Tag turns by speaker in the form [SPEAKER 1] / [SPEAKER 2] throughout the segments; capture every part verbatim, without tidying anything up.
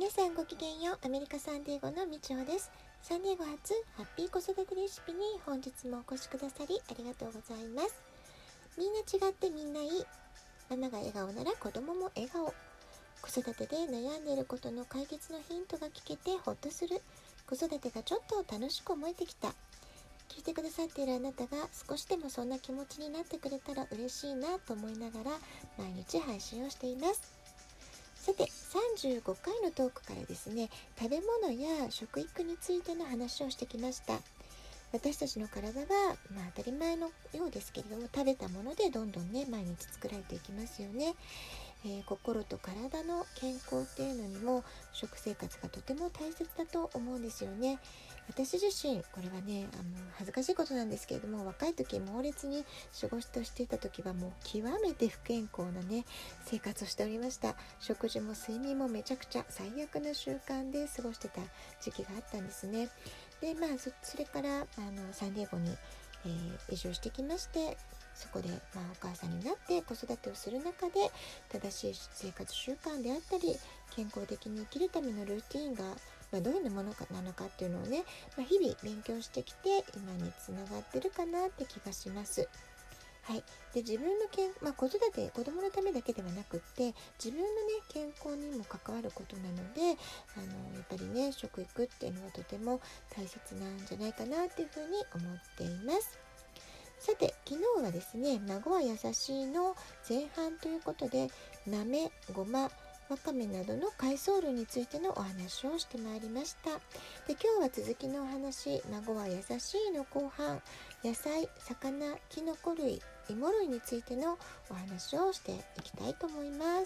[SPEAKER 1] 皆さんごきげんよう。アメリカサンディエゴのみちほです。サンディエゴ初ハッピー子育てレシピに本日もお越しくださりありがとうございます。みんな違ってみんないい。ママが笑顔なら子供も笑顔。子育てで悩んでいることの解決のヒントが聞けてほっとする。子育てがちょっと楽しく思えてきた。聞いてくださっているあなたが少しでもそんな気持ちになってくれたら嬉しいなと思いながら毎日配信をしています。さてさんじゅうごかいのトークからですね、食べ物や食育についての話をしてきました。私たちの体は、まあ、当たり前のようですけれども、食べたものでどんどんね毎日作られていきますよね。えー、心と体の健康っていうのにも食生活がとても大切だと思うんですよね。私自身これはねあの恥ずかしいことなんですけれども、若い時猛烈に仕事をしていた時はもう極めて不健康なね生活をしておりました。食事も睡眠もめちゃくちゃ最悪な習慣で過ごしてた時期があったんですね。でまあ そ, それからあのサンディエゴに、えー、移住してきまして、そこで、まあ、お母さんになって子育てをする中で正しい生活習慣であったり健康的に生きるためのルーティーンが、まあ、どういうものかなのかっていうのをね、まあ、日々勉強してきて今につながってるかなって気がします。はい、で自分の健、まあ、子育て子供のためだけではなくって自分の、ね、健康にも関わることなので、あのやっぱりね食育っていうのはとても大切なんじゃないかなっていうふうに思っています。さて昨日はですね、孫は優しいの前半ということで、豆、ごま、わかめなどの海藻類についてのお話をしてまいりました。で今日は続きのお話、孫は優しいの後半、野菜、魚、きのこ類、芋類についてのお話をしていきたいと思います。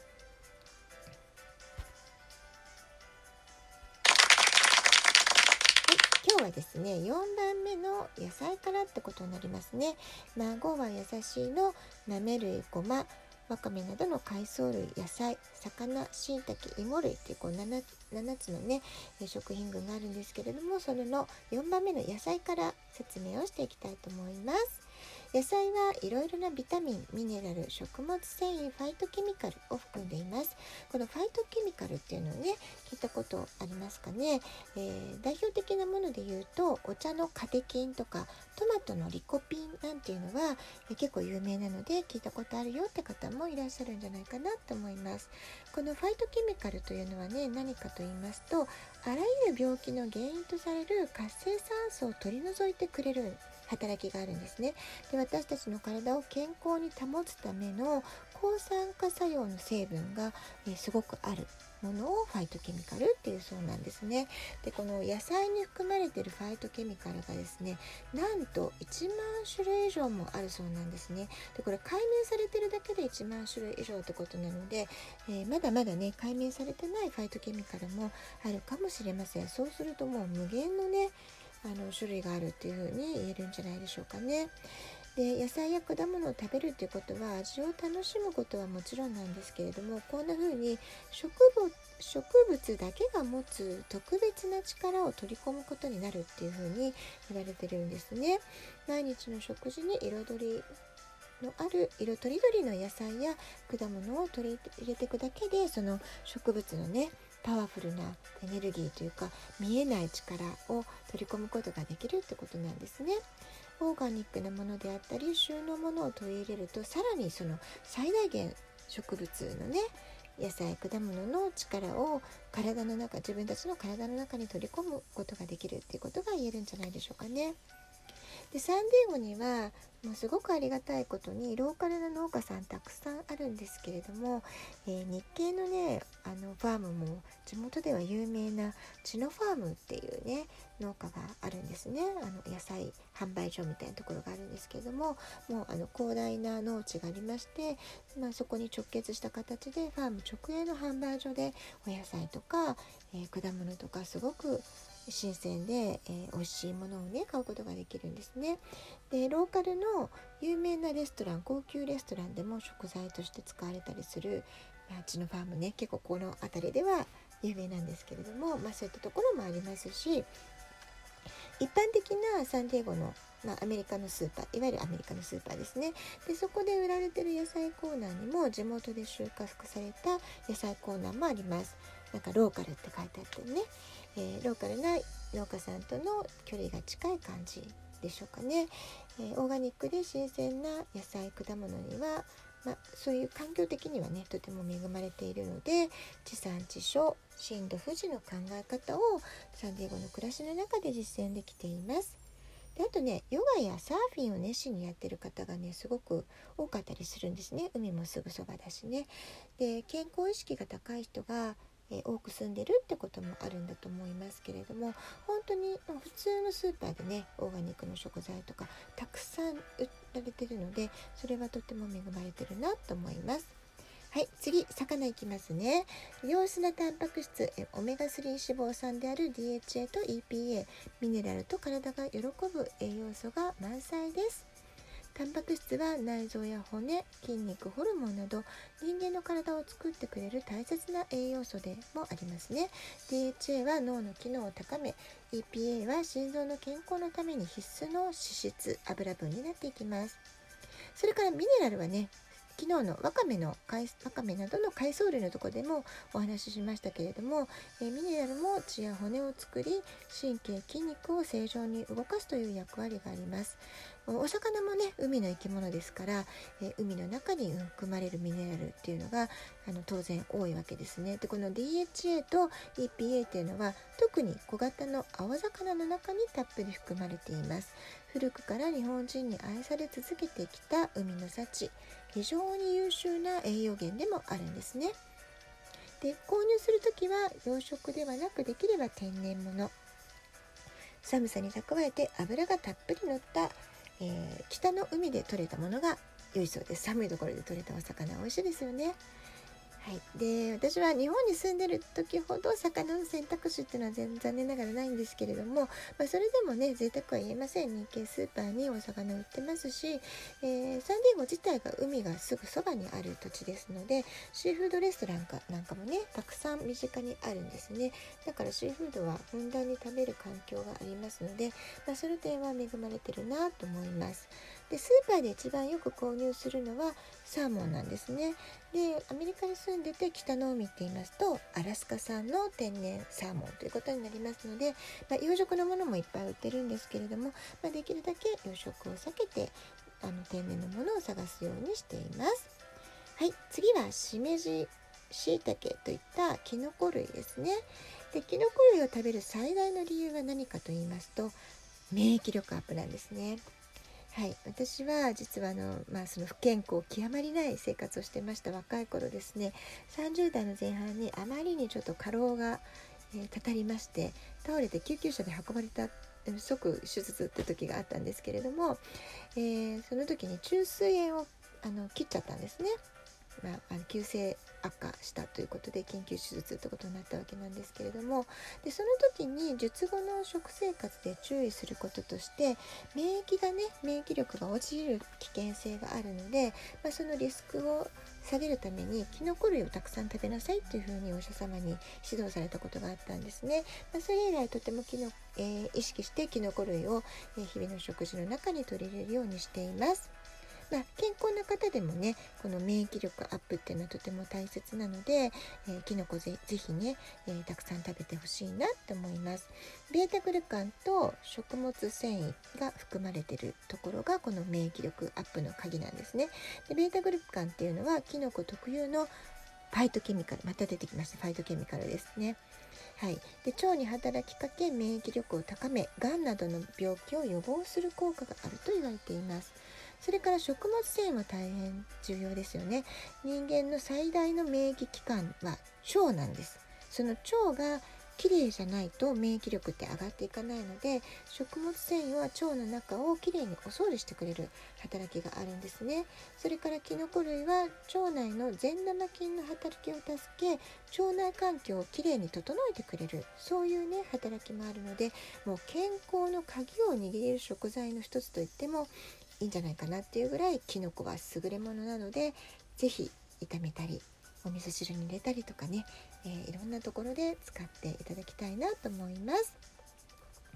[SPEAKER 1] 今日はですねよんばんめの野菜からってことになりますね。孫は優しいの豆類、ごま、わかめなどの海藻類、野菜、魚、しいたけ、芋類っていうこう 7, 7つのね食品群があるんですけれども、それのよんばんめの野菜から説明をしていきたいと思います。野菜はいろいろなビタミン、ミネラル、食物繊維、ファイトケミカルを含んでいます。このファイトケミカルっていうのをね聞いたことありますかね。えー、代表的なもので言うとお茶のカテキンとかトマトのリコピンなんていうのは、えー、結構有名なので聞いたことあるよって方もいらっしゃるんじゃないかなと思います。このファイトケミカルというのはね何かと言いますと、あらゆる病気の原因とされる活性酸素を取り除いてくれる働きがあるんですね。で私たちの体を健康に保つための抗酸化作用の成分が、えー、すごくあるものをファイトケミカルっていうそうなんですね。でこの野菜に含まれているファイトケミカルがですね、なんといちまんしゅるい以上もあるそうなんですね。でこれ解明されてるだけでいちまんしゅるい以上ってことなので、えー、まだまだね解明されてないファイトケミカルもあるかもしれません。そうするともう無限のねあの種類があるっていう風に言えるんじゃないでしょうかね。で野菜や果物を食べるっていうことは味を楽しむことはもちろんなんですけれども、こんな風に植物植物だけが持つ特別な力を取り込むことになるっていう風に言われてるんですね。毎日の食事に彩りのある色とりどりの野菜や果物を取り入れていくだけで、その植物のねパワフルなエネルギーというか見えない力を取り込むことができるってことなんですね。オーガニックなものであったり旬のものを取り入れると、さらにその最大限植物のね野菜果物の力を体の中自分たちの体の中に取り込むことができるっていうことが言えるんじゃないでしょうかね。でサンディエゴにはもうすごくありがたいことにローカルな農家さんたくさんあるんですけれども、えー、日系のねあのファームも地元では有名なチノファームっていうね農家があるんですね。あの野菜販売所みたいなところがあるんですけれども、もうあの広大な農地がありまして、まあ、そこに直結した形でファーム直営の販売所でお野菜とか、えー、果物とかすごく新鮮で、えー、美味しいものをね買うことができるんですね。でローカルの有名なレストラン、高級レストランでも食材として使われたりする、まあ、チノファームね結構この辺りでは有名なんですけれども、まあ、そういったところもありますし、 一般的なサンディエゴの、まあ、アメリカのスーパー、いわゆるアメリカのスーパーですね。でそこで売られてる野菜コーナーにも地元で収穫された野菜コーナーもあります。なんかローカルって書いてあってね、えー、ローカルな農家さんとの距離が近い感じでしょうかね。えー、オーガニックで新鮮な野菜果物には、まあ、そういう環境的にはねとても恵まれているので、地産地消、震度富士の考え方をサンディエゴの暮らしの中で実践できています。であとね、ヨガやサーフィンを熱心にやってる方がねすごく多かったりするんですね。海もすぐそばだしね。で健康意識が高い人がえー、多く住んでるってこともあるんだと思いますけれども、本当に普通のスーパーでねオーガニックの食材とかたくさん売られてるので、それはとても恵まれてるなと思います。はい、次魚いきますね。良質なタンパク質、えオメガスリー脂肪酸である ディーエイチエー と イーピーエー、 ミネラルと体が喜ぶ栄養素が満載です。タンパク質は内臓や骨、筋肉、ホルモンなど人間の体を作ってくれる大切な栄養素でもありますね。 ディーエイチエー は脳の機能を高め、 イーピーエー は心臓の健康のために必須の脂質、油分になっていきます。それからミネラルはね、昨日のわかめのわかめなどの海藻類のところでもお話ししましたけれども、えー、ミネラルも血や骨を作り、神経、筋肉を正常に動かすという役割があります。お魚もね海の生き物ですから、えー、海の中に含まれるミネラルっていうのがあの当然多いわけですね。でこの ディーエイチエー と イーピーエー っていうのは特に小型の青魚の中にたっぷり含まれています。古くから日本人に愛され続けてきた海の幸、非常に優秀な栄養源でもあるんですね。で購入するときは養殖ではなく、できれば天然物、寒さに蓄えて脂がたっぷり乗った、えー、北の海で採れたものが良いそうです。寒いところで採れたお魚美味しいですよね。はい、で私は日本に住んでる時ほど魚の選択肢っていうのは全残念ながらないんですけれども、まあ、それでもね贅沢は言えません。日系スーパーにお魚売ってますし、えー、サンディエゴ自体が海がすぐそばにある土地ですので、シーフードレストランかなんかもねたくさん身近にあるんですね。だからシーフードはふんだんに食べる環境がありますので、まあ、その点は恵まれてるなと思います。でスーパーで一番よく購入するのはサーモンなんですね。でアメリカに住んでて北の海って言いますとアラスカ産の天然サーモンということになりますので、まあ、養殖のものもいっぱい売ってるんですけれども、まあ、できるだけ養殖を避けてあの天然のものを探すようにしています。はい、次はしめじ、しいたけといったキノコ類ですね。でキノコ類を食べる最大の理由は何かと言いますと、免疫力アップなんですね。はい、私は実はあの、まあ、その不健康極まりない生活をしてました若い頃ですね、さんじゅう代の前半にあまりにちょっと過労が、えー、たたりまして、倒れて救急車で運ばれた即手術って時があったんですけれども、えー、その時に虫垂炎をあの切っちゃったんですね。まあ、あの急性悪化したということで緊急手術ということになったわけなんですけれども、でその時に術後の食生活で注意することとして、免疫がね免疫力が落ちる危険性があるので、まあ、そのリスクを下げるためにキノコ類をたくさん食べなさいというふうにお医者様に指導されたことがあったんですね。まあ、それ以来とてもキノ、えー、意識してキノコ類を、えー、日々の食事の中に取り入れるようにしています。まあ、健康な方でもねこの免疫力アップっていうのはとても大切なので、えー、キノコぜぜひね、えー、たくさん食べてほしいなと思います。ベータグルカンと食物繊維が含まれているところがこの免疫力アップの鍵なんですね。でベータグルカンっていうのはキノコ特有のファイトケミカル、また出てきましたファイトケミカルですね。はい、で腸に働きかけ免疫力を高め、がんなどの病気を予防する効果があると言われています。それから食物繊維も大変重要ですよね。人間の最大の免疫器官は腸なんです。その腸がきれいじゃないと免疫力って上がっていかないので、食物繊維は腸の中をきれいにお掃除してくれる働きがあるんですね。それからキノコ類は腸内の善玉菌の働きを助け、腸内環境をきれいに整えてくれる、そういうね働きもあるので、もう健康の鍵を握れる食材の一つと言ってもいいんじゃないかなっていうぐらいキノコは優れものなので、ぜひ炒めたりお味噌汁に入れたりとかね、えー、いろんなところで使っていただきたいなと思います。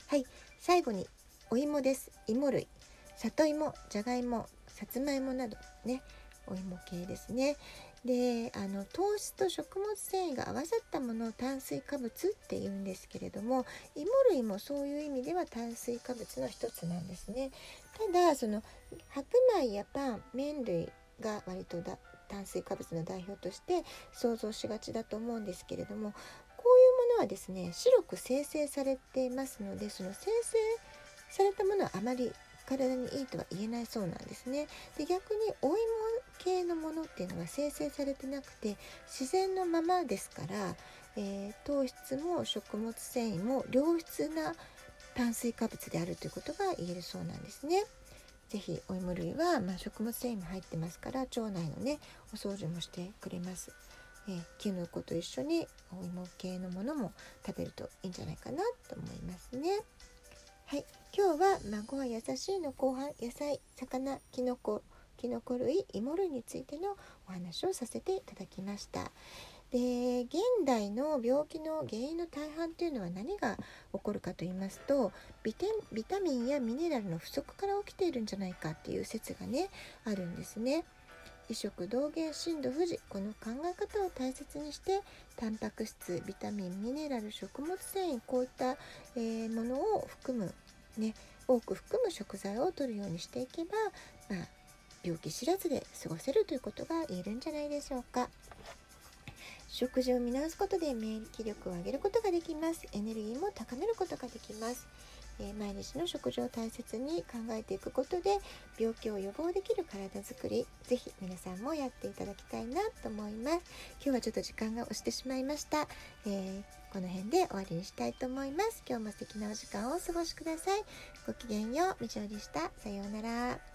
[SPEAKER 1] はい、最後にお芋です。芋類、里芋、じゃがいも、さつまいもなどね、お芋系ですね。で、あの糖質と食物繊維が合わさったものを炭水化物っていうんですけれども、芋類もそういう意味では炭水化物の一つなんですね。ただその白米やパン、麺類が割とだ炭水化物の代表として想像しがちだと思うんですけれども、こういうものはですね、白く精製されていますので、その精製されたものはあまり体にいいとは言えないそうなんですね。で、逆にお芋系のものっていうのは精製されてなくて自然のままですから、えー、糖質も食物繊維も良質な炭水化物であるということが言えるそうなんですね。ぜひお芋類は、まあ、食物繊維も入ってますから腸内のねお掃除もしてくれます。えー、キノコと一緒にお芋系のものも食べるといいんじゃないかなと思いますね。はい、今日は孫は優しいの後半、野菜、魚、キノコ、キノコ類、芋類についてのお話をさせていただきました。で、現代の病気の原因の大半というのは何が起こるかと言いますと、ビテビタミンやミネラルの不足から起きているんじゃないかっていう説がねあるんですね。異食同源震度富士、この考え方を大切にしてタンパク質、ビタミン、ミネラル、食物繊維、こういった、えー、ものを含む、ね、多く含む食材を摂るようにしていけば、まあ、病気知らずで過ごせるということが言えるんじゃないでしょうか。食事を見直すことで免疫力を上げることができます。エネルギーも高めることができます。えー、毎日の食事を大切に考えていくことで病気を予防できる体づくり、ぜひ皆さんもやっていただきたいなと思います。今日はちょっと時間が押してしまいました。えー、この辺で終わりにしたいと思います。今日も素敵なお時間をお過ごしください。ごきげんよう。みちおでした。さようなら。